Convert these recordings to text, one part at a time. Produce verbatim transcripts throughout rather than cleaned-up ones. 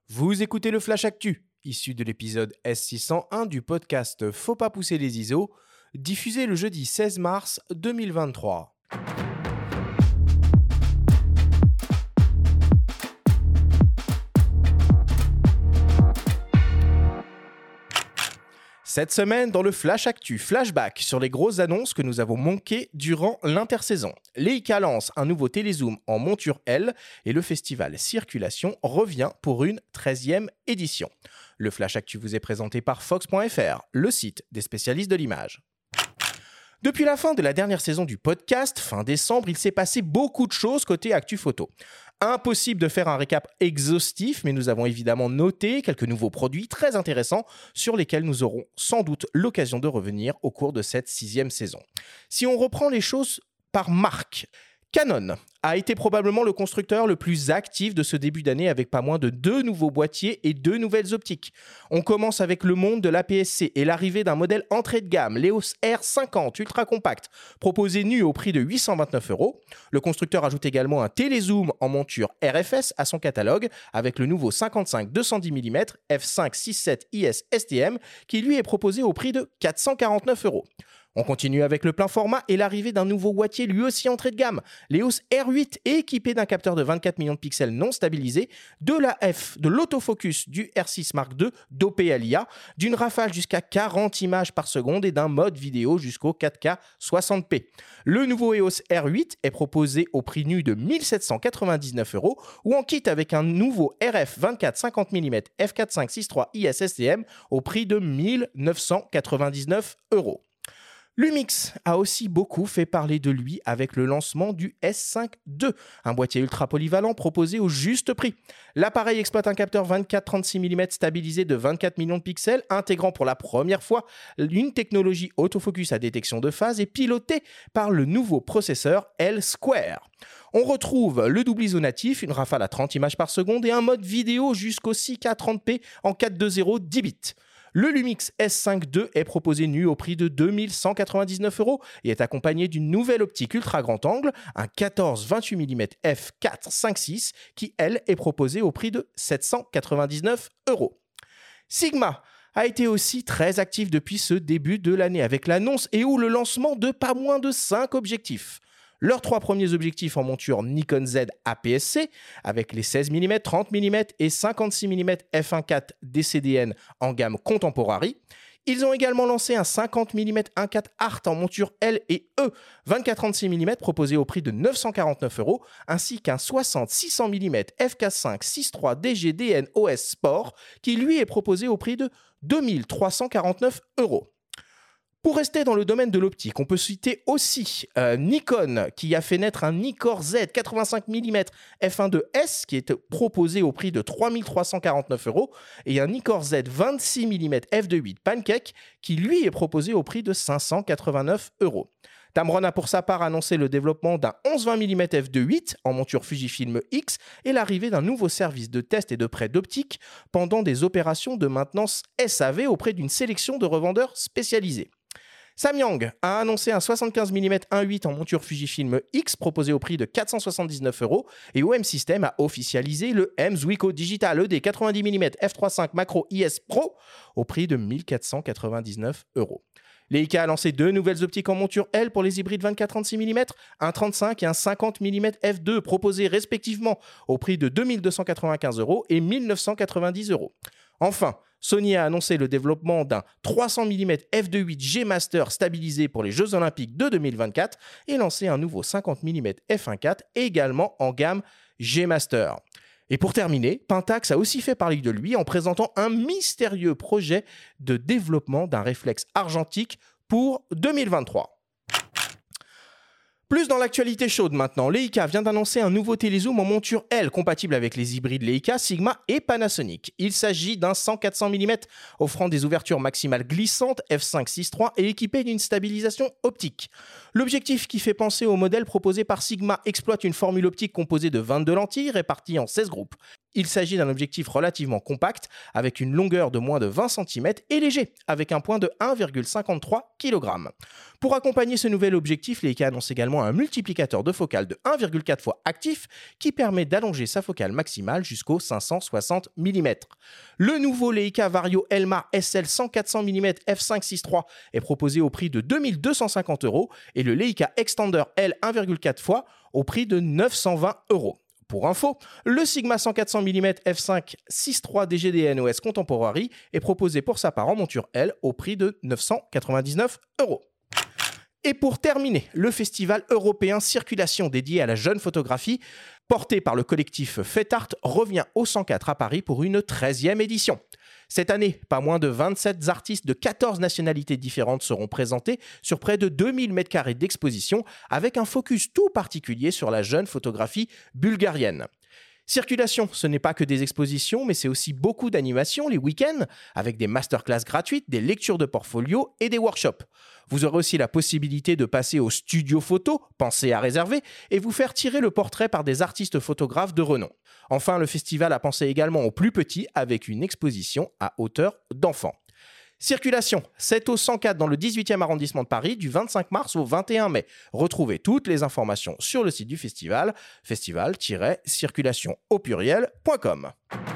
Vous écoutez le Flash Actu, issu de l'épisode S six cent un du podcast Faut pas pousser les I S O, diffusé le jeudi seize mars deux mille vingt-trois. Cette semaine, dans le Flash Actu Flashback sur les grosses annonces que nous avons manquées durant l'intersaison. Leica lance un nouveau télézoom en monture L et le festival Circulation revient pour une treizième édition. Le Flash Actu vous est présenté par Fox point F R, le site des spécialistes de l'image. Depuis la fin de la dernière saison du podcast, fin décembre, il s'est passé beaucoup de choses côté Actu Photo. Impossible de faire un récap exhaustif, mais nous avons évidemment noté quelques nouveaux produits très intéressants sur lesquels nous aurons sans doute l'occasion de revenir au cours de cette sixième saison. Si on reprend les choses par marque, Canon a été probablement le constructeur le plus actif de ce début d'année avec pas moins de deux nouveaux boîtiers et deux nouvelles optiques. On commence avec le monde de l'A P S C et l'arrivée d'un modèle entrée de gamme, l'E O S R cinquante ultra compact, proposé nu au prix de huit cent vingt-neuf euros. Le constructeur ajoute également un télézoom en monture R F S à son catalogue avec le nouveau cinquante-cinq deux cent dix millimètres f cinq six sept I S S T M qui lui est proposé au prix de quatre cent quarante-neuf euros. On continue avec le plein format et l'arrivée d'un nouveau boîtier lui aussi entrée de gamme, l'E O S R huit est équipé d'un capteur de vingt-quatre millions de pixels non stabilisé, de la F, de l'autofocus du R six Mark deux dopé à l'I A, d'une rafale jusqu'à quarante images par seconde et d'un mode vidéo jusqu'au quatre K soixante p. Le nouveau E O S R huit est proposé au prix nu de mille sept cent quatre-vingt-dix-neuf euros ou en kit avec un nouveau R F vingt-quatre cinquante millimètres f quatre cinq six trois I S S T M au prix de mille neuf cent quatre-vingt-dix-neuf euros. Lumix a aussi beaucoup fait parler de lui avec le lancement du S cinq deux, un boîtier ultra polyvalent proposé au juste prix. L'appareil exploite un capteur vingt-quatre trente-six millimètres stabilisé de vingt-quatre millions de pixels, intégrant pour la première fois une technologie autofocus à détection de phase et piloté par le nouveau processeur L-Square. On retrouve le double I S O natif, une rafale à trente images par seconde et un mode vidéo jusqu'au six K trente p en quatre deux zéro dix bits. Le Lumix S cinq deux est proposé nu au prix de deux mille cent quatre-vingt-dix-neuf euros et est accompagné d'une nouvelle optique ultra grand angle, un quatorze vingt-huit millimètres f quatre cinq six qui, elle, est proposée au prix de sept cent quatre-vingt-dix-neuf euros. Sigma a été aussi très actif depuis ce début de l'année avec l'annonce et ou le lancement de pas moins de cinq objectifs. Leurs trois premiers objectifs en monture Nikon Z A P S C avec les seize millimètres, trente millimètres et cinquante-six millimètres f un point quatre D C D N en gamme Contemporary. Ils ont également lancé un cinquante millimètres un point quatre Art en monture L et E vingt-quatre trente-six millimètres proposé au prix de neuf cent quarante-neuf euros ainsi qu'un soixante six cents millimètres f quatre cinq six trois D G D N O S Sport qui lui est proposé au prix de deux mille trois cent quarante-neuf euros. Pour rester dans le domaine de l'optique, on peut citer aussi euh, Nikon qui a fait naître un Nikkor Z quatre-vingt-cinq millimètres f un point deux S qui est proposé au prix de trois mille trois cent quarante-neuf euros et un Nikkor Z vingt-six millimètres f deux point huit Pancake qui lui est proposé au prix de cinq cent quatre-vingt-neuf euros. Tamron a pour sa part annoncé le développement d'un onze vingt millimètres f deux point huit en monture Fujifilm X et l'arrivée d'un nouveau service de test et de prêt d'optique pendant des opérations de maintenance S A V auprès d'une sélection de revendeurs spécialisés. Samyang a annoncé un soixante-quinze millimètres un point huit en monture Fujifilm X proposé au prix de quatre cent soixante-dix-neuf euros et O M System a officialisé le M Zuiko Digital E D quatre-vingt-dix millimètres f trois point cinq Macro I S Pro au prix de mille quatre cent quatre-vingt-dix-neuf euros. Leica a lancé deux nouvelles optiques en monture L pour les hybrides vingt-quatre trente-six millimètres, un trente-cinq et un cinquante millimètres f deux proposés respectivement au prix de deux mille deux cent quatre-vingt-quinze euros et mille neuf cent quatre-vingt-dix euros. Enfin, Sony a annoncé le développement d'un trois cents millimètres f deux point huit G Master stabilisé pour les Jeux Olympiques de deux mille vingt-quatre et lancé un nouveau cinquante millimètres f un point quatre également en gamme G Master. Et pour terminer, Pentax a aussi fait parler de lui en présentant un mystérieux projet de développement d'un réflexe argentique pour deux mille vingt-trois. Plus dans l'actualité chaude maintenant, Leica vient d'annoncer un nouveau télézoom en monture L compatible avec les hybrides Leica, Sigma et Panasonic. Il s'agit d'un cent à quatre cents millimètres offrant des ouvertures maximales glissantes f cinq six trois et équipé d'une stabilisation optique. L'objectif qui fait penser au modèle proposé par Sigma exploite une formule optique composée de vingt-deux lentilles réparties en seize groupes. Il s'agit d'un objectif relativement compact, avec une longueur de moins de vingt centimètres et léger, avec un point de un virgule cinquante-trois kilogrammes. Pour accompagner ce nouvel objectif, Leica annonce également un multiplicateur de focale de un virgule quatre fois actif, qui permet d'allonger sa focale maximale jusqu'aux cinq cent soixante millimètres. Le nouveau Leica Vario Elmar S L cent quatre cents millimètres f cinq six trois est proposé au prix de deux mille deux cent cinquante euros et le Leica Extender L un virgule quatre fois au prix de neuf cent vingt euros. Pour info, le Sigma cent quatre cents millimètres f cinq six trois D G D N O S Contemporary est proposé pour sa part en monture L au prix de neuf cent quatre-vingt-dix-neuf euros. Et pour terminer, le festival européen Circulation dédié à la jeune photographie, porté par le collectif Fetart, revient au cent quatre à Paris pour une treizième édition. Cette année, pas moins de vingt-sept artistes de quatorze nationalités différentes seront présentés sur près de deux mille mètres carrés d'exposition, avec un focus tout particulier sur la jeune photographie bulgarienne. Circulation, ce n'est pas que des expositions, mais c'est aussi beaucoup d'animations les week-ends, avec des masterclass gratuites, des lectures de portfolio et des workshops. Vous aurez aussi la possibilité de passer au studio photo, pensez à réserver, et vous faire tirer le portrait par des artistes photographes de renom. Enfin, le festival a pensé également aux plus petits, avec une exposition à hauteur d'enfants. Circulation, c'est au cent quatre dans le dix-huitième arrondissement de Paris du vingt-cinq mars au vingt et un mai. Retrouvez toutes les informations sur le site du festival, festival tiret circulation au pluriel point com.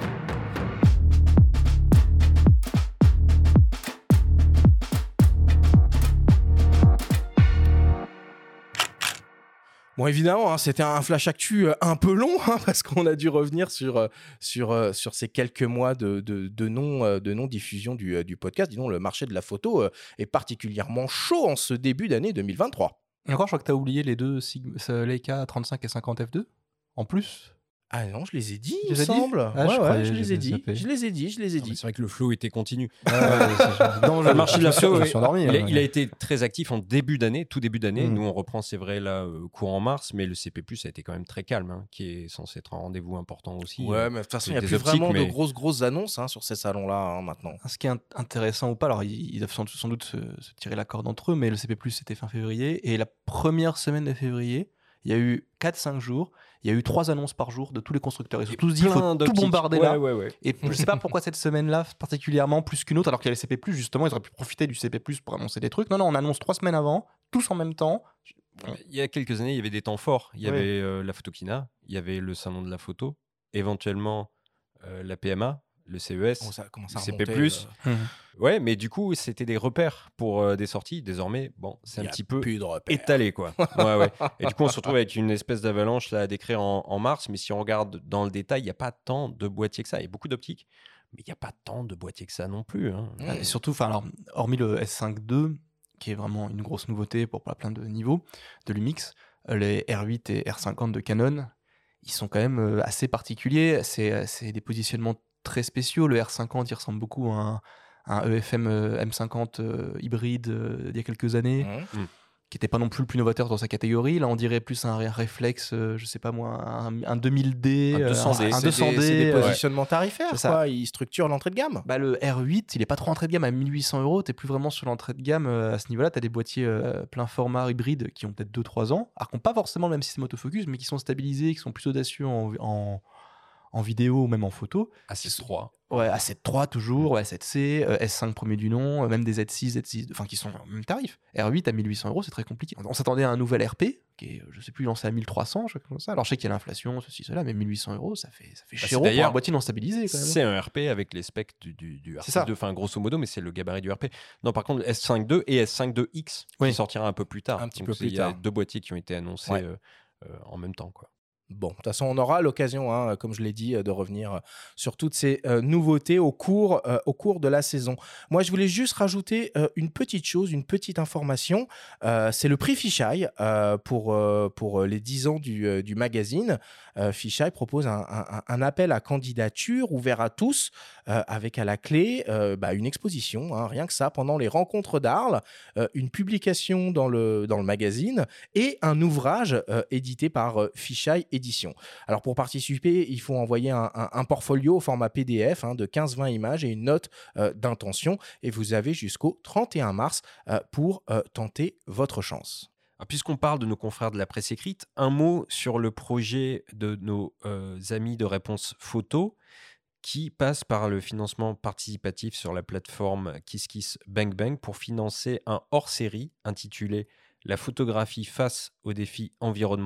Bon, évidemment, hein, c'était un flash actu un peu long, hein, parce qu'on a dû revenir sur, sur, sur ces quelques mois de, de, de, non, de non-diffusion du, du podcast. Disons, le marché de la photo est particulièrement chaud en ce début d'année deux mille vingt-trois. Et encore, je crois que tu as oublié les deux Sigma, Leica trente-cinq et cinquante F deux, en plus. Ah non, je les ai dit, il me semble. Ah, ouais, je, ouais, je les ai dit. Je les ai dit, je les ai dit. C'est vrai que le flow était continu. Ah, ouais, non, le marché de la photo, ouais. endormi, il, hein, a, il a été très actif en début d'année, tout début d'année. Mm. Nous, on reprend, c'est vrai, là, euh, courant mars, mais le C P plus, ça a été quand même très calme, hein, qui est censé être un rendez-vous important aussi. Ouais, euh, mais de toute façon, il n'y a des plus optiques, vraiment mais... de grosses, grosses annonces hein, sur ces salons-là hein, maintenant. Ce qui est intéressant ou pas, alors ils, ils doivent sans, sans doute se, se tirer la corde entre eux, mais le C P plus, c'était fin février. Et la première semaine de février, il y a eu quatre cinq jours, il y a eu trois annonces par jour de tous les constructeurs. Ils ont tous dit qu'il faut tout bombarder là. Ouais, ouais, ouais. Et je ne sais pas pourquoi cette semaine-là, particulièrement plus qu'une autre, alors qu'il y a le C P plus, justement, ils auraient pu profiter du C P plus pour annoncer des trucs. Non, non, on annonce trois semaines avant, tous en même temps. Il y a quelques années, il y avait des temps forts. Il y Ouais. avait euh, la Photokina, il y avait le salon de la photo, éventuellement euh, la P M A, le C E S, Bon, ça commence à le C P remonter, plus. euh, Mmh. Ouais, mais du coup, c'était des repères pour euh, des sorties. Désormais, bon, c'est y un a petit peu plus de repères. étalé, quoi. Ouais, ouais. Et du coup, on se retrouve avec une espèce d'avalanche là à décrire en, en mars. Mais si on regarde dans le détail, il n'y a pas tant de boîtiers que ça. Il y a beaucoup d'optiques, mais il n'y a pas tant de boîtiers que ça non plus. Hein. Mmh. Et surtout, enfin, alors, hormis le S cinq deux, qui est vraiment une grosse nouveauté pour plein de niveaux de Lumix, euh, les R huit et R cinquante de Canon, ils sont quand même euh, assez particuliers. C'est, c'est des positionnements très spéciaux. Le R cinquante, il ressemble beaucoup à un, un E F M euh, M cinquante euh, hybride euh, d'il y a quelques années, Mmh. qui n'était pas non plus le plus novateur dans sa catégorie. Là, on dirait plus un réflexe, euh, je sais pas moi, un, un deux mille D, Un euh, deux cents D. un C'est deux cents D. des, c'est des euh, positionnements tarifaires, C'est ça. quoi. Ils structurent l'entrée de gamme. Bah, le R huit, il est pas trop entrée de gamme à mille huit cents euros. T'es plus vraiment sur l'entrée de gamme euh, à ce niveau-là. T'as des boîtiers euh, plein format hybride qui ont peut-être deux trois ans, alors qui n'ont pas forcément le même système autofocus, mais qui sont stabilisés, qui sont plus audacieux en, en, en vidéo ou même en photo. A six trois. Ouais, A sept trois toujours, ouais, A sept C, euh, S cinq premier du nom, euh, même des Z six, Z six, enfin qui sont au même tarif. R huit à mille huit cents euros, c'est très compliqué. On s'attendait à un nouvel R P, qui est, je sais plus, lancé à mille trois cents, je sais pas comme ça. Alors je sais qu'il y a l'inflation, ceci, cela, mais mille huit cents euros, ça fait, ça fait Bah, cher c'est pour un boîtier non stabilisé quand même. C'est un R P avec les specs du, du, du R P C'est ça. deux, enfin grosso modo, mais c'est le gabarit du R P. Non, par contre, S cinq deux et S cinq deux X Oui. qui sortira un peu plus tard. Un petit Donc, peu c'est- plus Il y a tard. deux boîtiers qui ont été annoncés Ouais. euh, euh, en même temps, quoi. Bon, de toute façon, on aura l'occasion, hein, comme je l'ai dit, de revenir sur toutes ces euh, nouveautés au cours, euh, au cours de la saison. Moi, je voulais juste rajouter euh, une petite chose, une petite information. Euh, c'est le prix Fisheye euh, pour, euh, pour les dix ans du, euh, du magazine. Euh, Fisheye propose un, un- un appel à candidature ouvert à tous, euh, avec à la clé euh, bah, une exposition, hein, rien que ça, pendant les rencontres d'Arles, euh, une publication dans le, dans le magazine et un ouvrage euh, édité par euh, Fisheye Édition. Alors pour participer, il faut envoyer un, un- un portfolio au format P D F hein, de quinze vingt images et une note euh, d'intention et vous avez jusqu'au trente et un mars euh, pour euh, tenter votre chance. Alors, puisqu'on parle de nos confrères de la presse écrite, un mot sur le projet de nos euh, amis de Réponse Photo qui passe par le financement participatif sur la plateforme KissKissBankBank pour financer un hors-série intitulé « La photographie face aux défis environnementaux »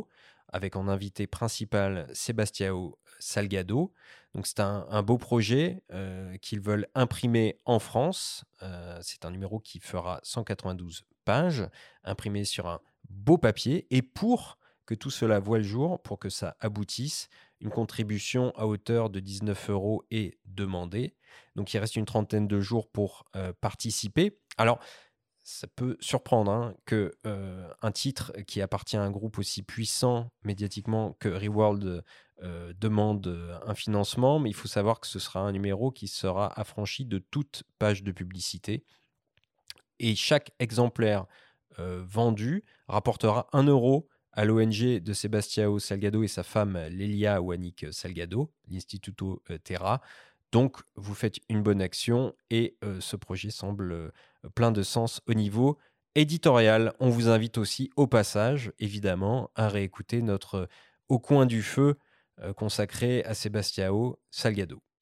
avec en invité principal Sebastião Salgado. Donc c'est un, un beau projet euh, qu'ils veulent imprimer en France. Euh, c'est un numéro qui fera cent quatre-vingt-douze pages, imprimé sur un beau papier. Et pour que tout cela voie le jour, pour que ça aboutisse, une contribution à hauteur de dix-neuf euros est demandée. Donc il reste une trentaine de jours pour euh, participer. Alors, ça peut surprendre hein, qu'un euh, titre qui appartient à un groupe aussi puissant médiatiquement que Reworld euh, demande un financement, mais il faut savoir que ce sera un numéro qui sera affranchi de toute page de publicité. Et chaque exemplaire euh, vendu rapportera un euro à l'O N G de Sebastião Salgado et sa femme Lélia Wanik Salgado, l'Instituto Terra. Donc, vous faites une bonne action et euh, ce projet semble euh, plein de sens au niveau éditorial. On vous invite aussi, au passage, évidemment, à réécouter notre euh, Au coin du feu euh, consacré à Sebastião Salgado.